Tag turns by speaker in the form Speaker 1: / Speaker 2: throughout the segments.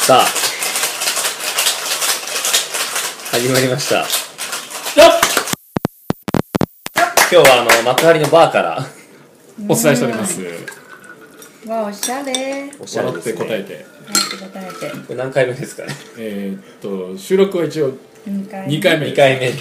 Speaker 1: さあ始まりました。今日は幕張のバーから
Speaker 2: お伝えしております。
Speaker 3: わあ、おしゃれ。
Speaker 1: おしゃれですね。
Speaker 2: 笑って答えて。
Speaker 1: これ何回目ですかね。
Speaker 2: 収録は一応2回目。
Speaker 1: 2回目。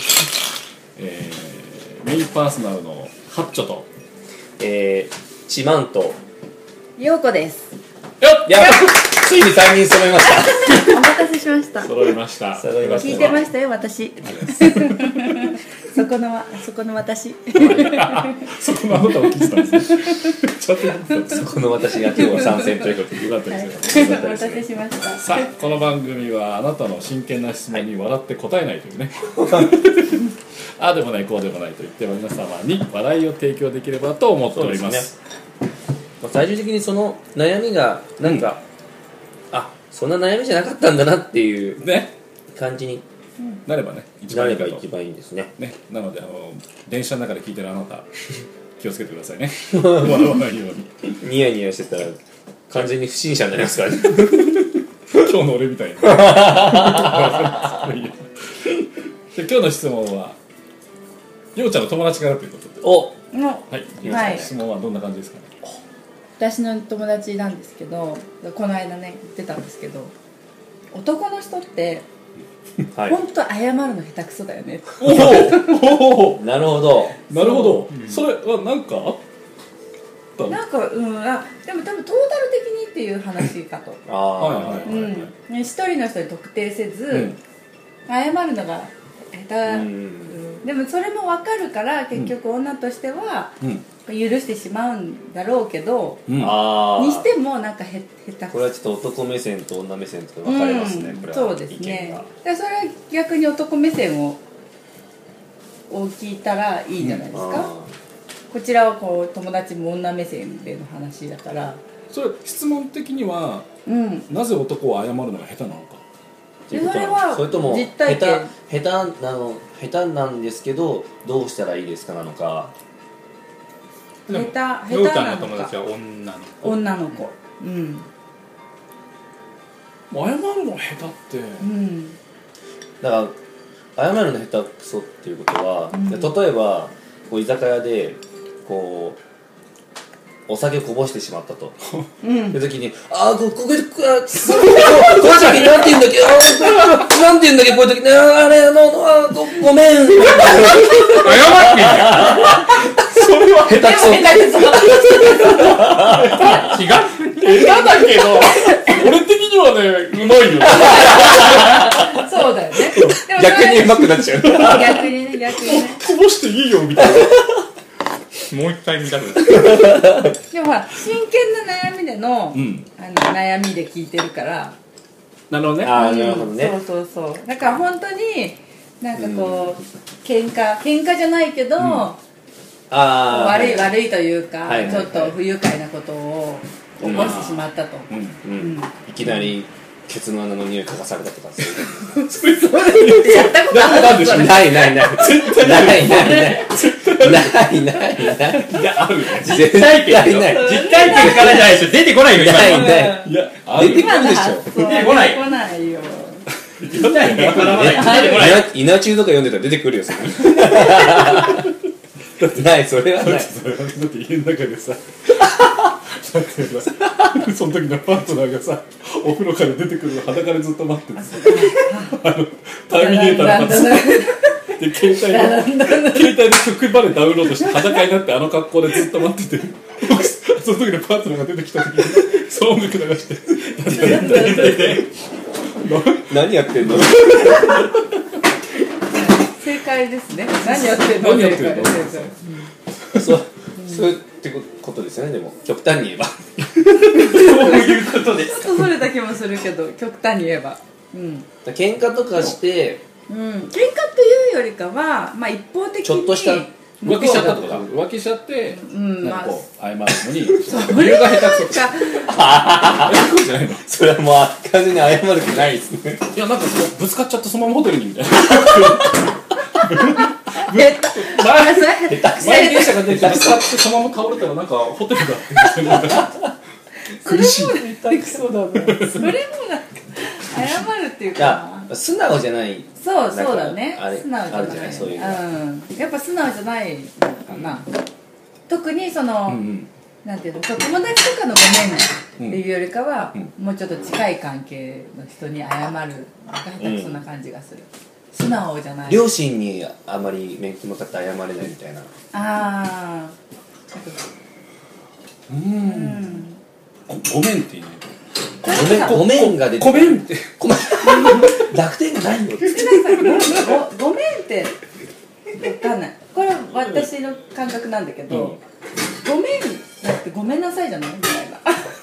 Speaker 2: メインパーソナルのハッチョと
Speaker 1: チマンと
Speaker 3: ようこです。
Speaker 1: いやついに3人揃いました
Speaker 3: お待たせしました。
Speaker 2: 揃いました。
Speaker 3: 聞いてましたよ、私。そこの私。
Speaker 2: そこのあなたを聞いてたんですね。ちょっと
Speaker 1: そこの私が今日は参戦ということで
Speaker 2: よかったですよ。
Speaker 3: お待たせしました。
Speaker 2: さあ、この番組はあなたの真剣な質問に笑って答えないというね、ああでもないこうでもないと言って皆様に笑いを提供できればと思っております。
Speaker 1: 最終的にその悩みがなんか、そんな悩みじゃなかったんだなっていう感じに
Speaker 2: なればね、
Speaker 1: 一番いいんですね。
Speaker 2: なので電車の中で聞いてるあなた気をつけてくださいね。笑わないように。
Speaker 1: ニヤニヤしてたら完全に不審者になりますからね。
Speaker 2: 今日の俺みたいな。今日の質問はようちゃんの友達からということで。はい。質問はどんな感じですかね。
Speaker 3: 私の友達なんですけど、この間ね言ってたんですけど、男の人って本当謝るの下手くそだよね。
Speaker 1: なるほど。
Speaker 2: なるほど。それは何かあったの？
Speaker 3: なんかでも多分トータル的にっていう話かと。一人の人に特定せず、謝るのが下手。でもそれも分かるから結局女としては許してしまうんだろうけど、にしてもなんか下手くそ。
Speaker 1: これはちょっと男目線と女目線と分かれますね。これは
Speaker 3: そうですね。それは逆に男目線を聞いたらいいじゃないですか。こちらはこう友達も女目線での話だから。
Speaker 2: それ質問的には、なぜ男は謝るのが下手なのか。
Speaker 1: それとも下手なんですけどどうしたらいいですかなのか。
Speaker 3: 下手な
Speaker 4: のか。友達は
Speaker 3: 女の子。
Speaker 2: 謝るの下手って。
Speaker 1: だから謝るの下手くそっていうことは、例えばこう居酒屋でこうお酒をこぼしてしまったと。いう時にこういう時なんて言うんだっけ、なんて言うんだっけ、こういう時ごめん。謝ってそれは下手くそ。
Speaker 2: 違う。下手だけど、俺的にはね、うまいよ。
Speaker 3: そうだよね。
Speaker 1: 逆にうまくなっちゃう。
Speaker 3: 逆にね。
Speaker 2: こぼしていいよみたいな。
Speaker 4: もう一回見たくなる。
Speaker 3: でもほら真剣な悩みでの、悩みで聞いてるから。
Speaker 2: なるほどね。
Speaker 1: なるほどね。
Speaker 3: そう。だから本当になんかこう喧嘩じゃないけど、悪いというか、ちょっと不愉快なことを起こしてしまったと。
Speaker 1: いきなりケツの穴の匂い嗅がされたとか。
Speaker 3: それやったことある？
Speaker 1: ない。絶対ない。
Speaker 2: いや、あるね。
Speaker 4: 実体験からじゃないでしょ。出てこないよ、今。
Speaker 1: いや、出てくるでしょ。
Speaker 4: 出てこない
Speaker 3: よ。
Speaker 4: 実体験からは出てこない。
Speaker 1: 稲中とか読んでたら出てくるよ、それ。ない、それはない。
Speaker 2: だって家の中でさ、その時のパートナーがさ、お風呂から出てくるの裸でずっと待ってる。ターミネーターのパで携帯で曲までダウンロードして裸になって格好でずっと待ってて、その時のパートナーが出てきた時にその音楽流して
Speaker 1: 何やってんの。
Speaker 3: 正解ですね。何やってんの。
Speaker 1: そうってことですよね。でも極端に言えば
Speaker 4: そういうことです。
Speaker 3: それだけもするけど極端に言えば、
Speaker 1: 喧嘩とかして、
Speaker 3: 喧嘩というよりかは、一方的に
Speaker 1: ちょっとした
Speaker 2: 浮気しちゃったとか、浮気しちゃって、なんかこう謝るのに理由が下手くそ。そうじゃないの。
Speaker 1: それはもう完全に謝る気ないですね。
Speaker 2: いや、なんかぶつかっちゃったそのままホテルにみたいな。前電車が出てぶつかってそのまま倒れたらなんかホテルだって苦しい。
Speaker 3: それもなんかていうか
Speaker 1: 素直じゃない。
Speaker 3: そうだね、
Speaker 1: 素直じゃない、あるじゃない、そういうの、
Speaker 3: やっぱ素直じゃないかな、特にその、なんていうの、友達とかのごめんっていうよりかは、もうちょっと近い関係の人に謝るが下手くそな感じがする、素直じゃない。
Speaker 1: 両親にあまり面と向かって謝れないみたいな。
Speaker 2: ごめんって言いないと。
Speaker 1: ごめんが出て
Speaker 2: ごめんって
Speaker 1: 楽天がないよ。
Speaker 3: ごめんって分かんない。これは私の感覚なんだけど、ごめんだってごめんなさいじゃないみたいな。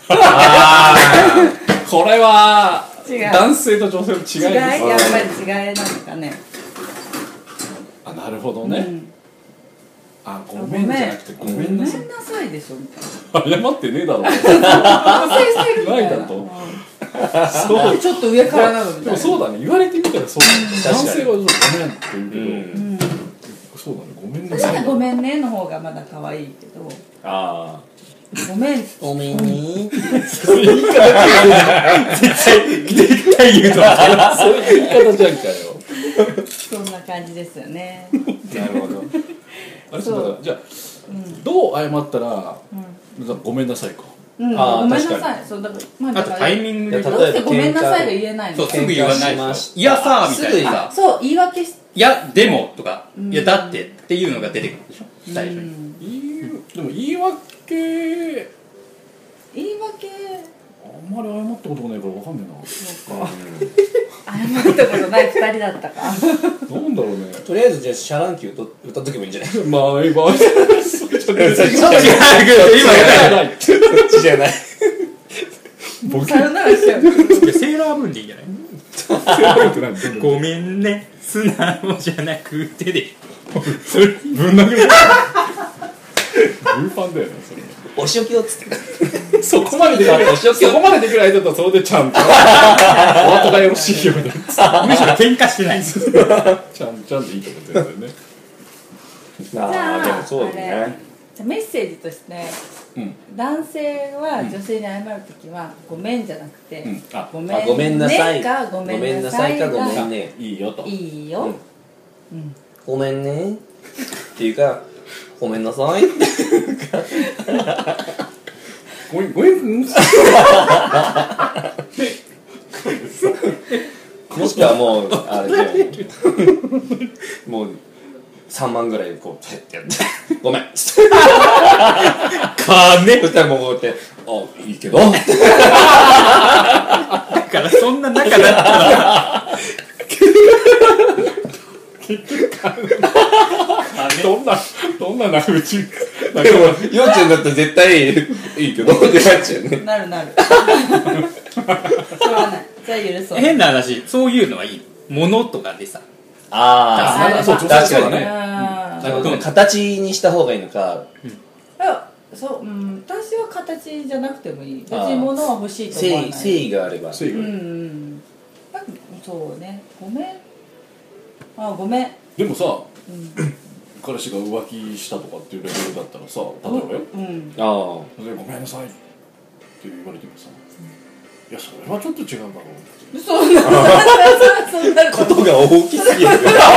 Speaker 2: これは男性と女性の違いですね。
Speaker 3: やっぱり違いなのかね。
Speaker 2: なるほどね。ごめんじゃなくてごめんなさい
Speaker 3: でしょみたいな。
Speaker 2: 謝ってねえだろ。ないだと。
Speaker 3: そうちょっと上からなのみたいな。
Speaker 2: でもそうだね、言われてみたらそうだね。男性はごめんって言うけど、そうだね、ごめんなさい。
Speaker 3: ごめんねの方がまだ可愛いけど。ごめんね。
Speaker 2: そういう言い方絶対言うとそういう言い方じゃんかよ。
Speaker 3: そんな感じですよね。
Speaker 1: なるほど。
Speaker 2: あれそうだから、じゃあどう謝ったらごめんなさいか。
Speaker 3: ごめんなさい。そうだから、
Speaker 4: あとタイミングで
Speaker 3: どうしてごめんなさいが言えないの。
Speaker 4: そう、すぐ言わない。いやさみたいな。
Speaker 3: そう言い訳し。
Speaker 4: いやでもとか、いやだってっていうのが出てくるでしょ。最初に。
Speaker 2: でも言い訳
Speaker 3: あ
Speaker 2: んまり謝ったことがないから分かんないな。
Speaker 3: 謝ったことない2人だったか。
Speaker 2: なんだろうね。
Speaker 1: とりあえずじゃあシャランキュー歌っとけばいいんじゃない？
Speaker 2: まあ今
Speaker 1: そっちじゃない。
Speaker 3: さよならしちゃう。
Speaker 4: セーラームーンでいいんじゃない？ごめんね、素直じゃなくてで
Speaker 2: ぶん殴る。グーパンだよね、それ。
Speaker 1: お仕置きをつって。
Speaker 2: そこまでできる相手とそれでちゃんとお後がよろしいようでむしろ
Speaker 4: 喧嘩してない
Speaker 2: ちゃんといいとこ全然ね。
Speaker 1: でもそうだね。
Speaker 3: じゃメッセージとして、男性は女性に謝るときはごめんじゃなくて、ごめんなさいかごめんなさいかごめんね、
Speaker 2: いいよと、
Speaker 3: いいよ、
Speaker 1: ごめんねっていうかごめんなさい
Speaker 2: ごめん
Speaker 1: もしくはもうあれでもう3万ぐらいこうってやってごめんそしたらもうこうやっていいけどだ
Speaker 4: からそんな仲だったら
Speaker 2: どんな殴りち
Speaker 1: でも幼稚園だったら絶対いいけどってなっちゃうね。
Speaker 3: なるしょうがない。じゃあ許そう。
Speaker 4: 変な話、そういうのはいいものとかでさ
Speaker 2: そう確かにね。
Speaker 1: 形にした方がいいのか。
Speaker 3: 私は形じゃなくてもいい。別に物は欲しいと思わない。
Speaker 1: 誠意があれば。
Speaker 3: そうね。ごめん。
Speaker 2: でもさ、彼氏が浮気したとかっていうレベルだったらさ、例えばよ、ごめんなさいって言われてもさ、いやそれはちょっと違うんだろう。
Speaker 3: そんな
Speaker 1: ことが大きすぎる。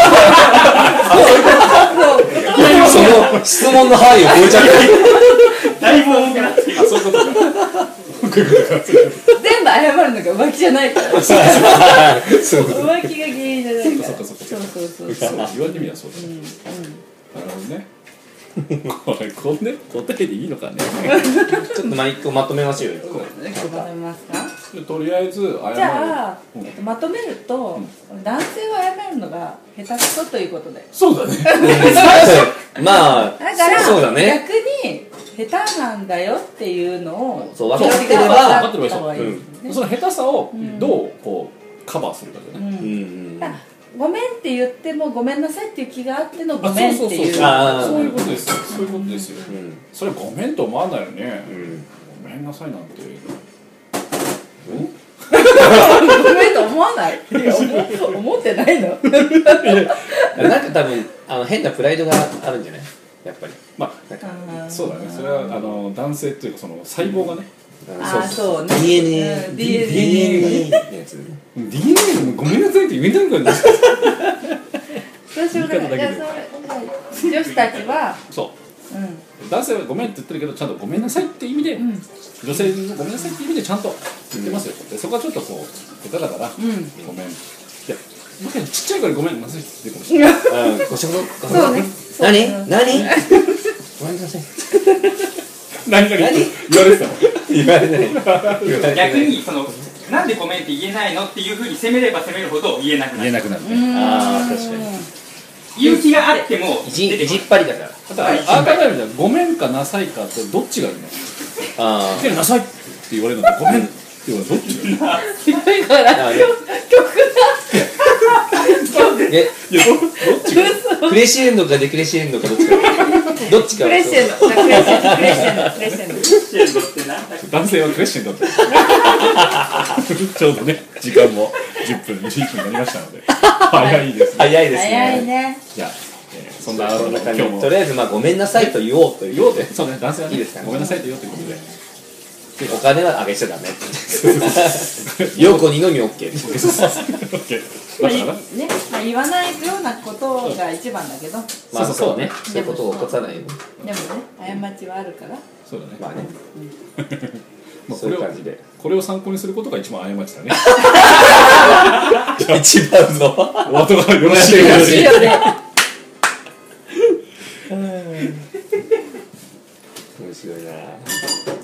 Speaker 1: その質問の範囲を超えちゃう。
Speaker 4: だいぶ大きなって。
Speaker 2: そういうことか。
Speaker 3: 全部謝るのが浮気じゃないから。浮気が原因じゃないから。そう
Speaker 2: 言われてみりゃそうだね。なるほどね。これ答えでいいのかね。
Speaker 1: ちょっと一個まとめましょうよ。
Speaker 3: まとめますか。
Speaker 2: とりあえず謝る。
Speaker 3: じゃあまとめると、男性は謝るのが下手くそということで。
Speaker 2: そうだね。
Speaker 1: まあ
Speaker 3: だから
Speaker 1: そうだね。
Speaker 3: 逆に下手なんだよっていうのを
Speaker 1: 分かってれば
Speaker 2: その下手さをどうこうカバーするかじゃない。
Speaker 3: ごめんって言ってもごめんなさいっていう気があってのごめんっていう。
Speaker 2: そういうことですよ。そういうことですよ。それごめんと思わないよね。ごめんなさいなんて。
Speaker 3: ごめんと思わない？思ってないの？
Speaker 1: なんか多分変なプライドがあるんじゃない？やっぱり。
Speaker 2: まあそうだね。それは男性っていうかその細胞がね。
Speaker 3: そうね
Speaker 1: DNA のやつ
Speaker 2: DNA でもごめんなさいって言えないからね
Speaker 3: そうしようかな。じゃあ女子たちは
Speaker 2: そう、男性はごめんって言ってるけどちゃんとごめんなさいって意味で、女性のごめんなさいって意味でちゃんと言ってますよ、でそこはちょっとこう下手だから、ごめん、いやもしかしてちっちゃいからごめんなさいって言ってるかもしれない
Speaker 1: ご仕事
Speaker 3: そうね
Speaker 1: 何ごめんなさい
Speaker 2: 何言われてたの
Speaker 1: 言われない
Speaker 4: 逆になんでごめんって言えないのっていうふうに責めれば責めるほど言えなくなる。
Speaker 2: 言えなくなるね。
Speaker 1: ああ確かに
Speaker 4: 言う気があっても
Speaker 1: いじっぱりだから
Speaker 2: だからアーカイブじゃごめんかなさいかってどっちがいいの？
Speaker 1: あ
Speaker 2: でなさいって言われるのとごめんって言われるのどっちがいいの？
Speaker 3: だから
Speaker 1: えどっちがクレシエンドかデクレシエンドかどっちかどっちか
Speaker 3: クレッシェンド
Speaker 4: ってなんだっけ。
Speaker 2: 男性はクレッシェンドってちょうどね時間も10分11分になりましたので早いですね。
Speaker 1: 早いですね。
Speaker 3: 早いね。
Speaker 2: じゃあ、そんな
Speaker 1: 今
Speaker 2: 今日も
Speaker 1: とりあえずごめんなさいと言おうという
Speaker 2: でそうね男性はね
Speaker 1: いいですかね
Speaker 2: ごめんなさいと言おうということで
Speaker 1: お金はあげちゃダメ陽子にのみ OK
Speaker 3: 言わないようなことが一番だけど、
Speaker 1: まあそうねそういうことを起こさないように
Speaker 3: でもね過ちはあるから
Speaker 2: そうだね
Speaker 1: まあね
Speaker 2: まあ
Speaker 1: そういう感じで
Speaker 2: これを参考にすることが一番過ちだね
Speaker 1: 一番の
Speaker 2: お後がよろしい
Speaker 3: いいよね。
Speaker 1: 面白いな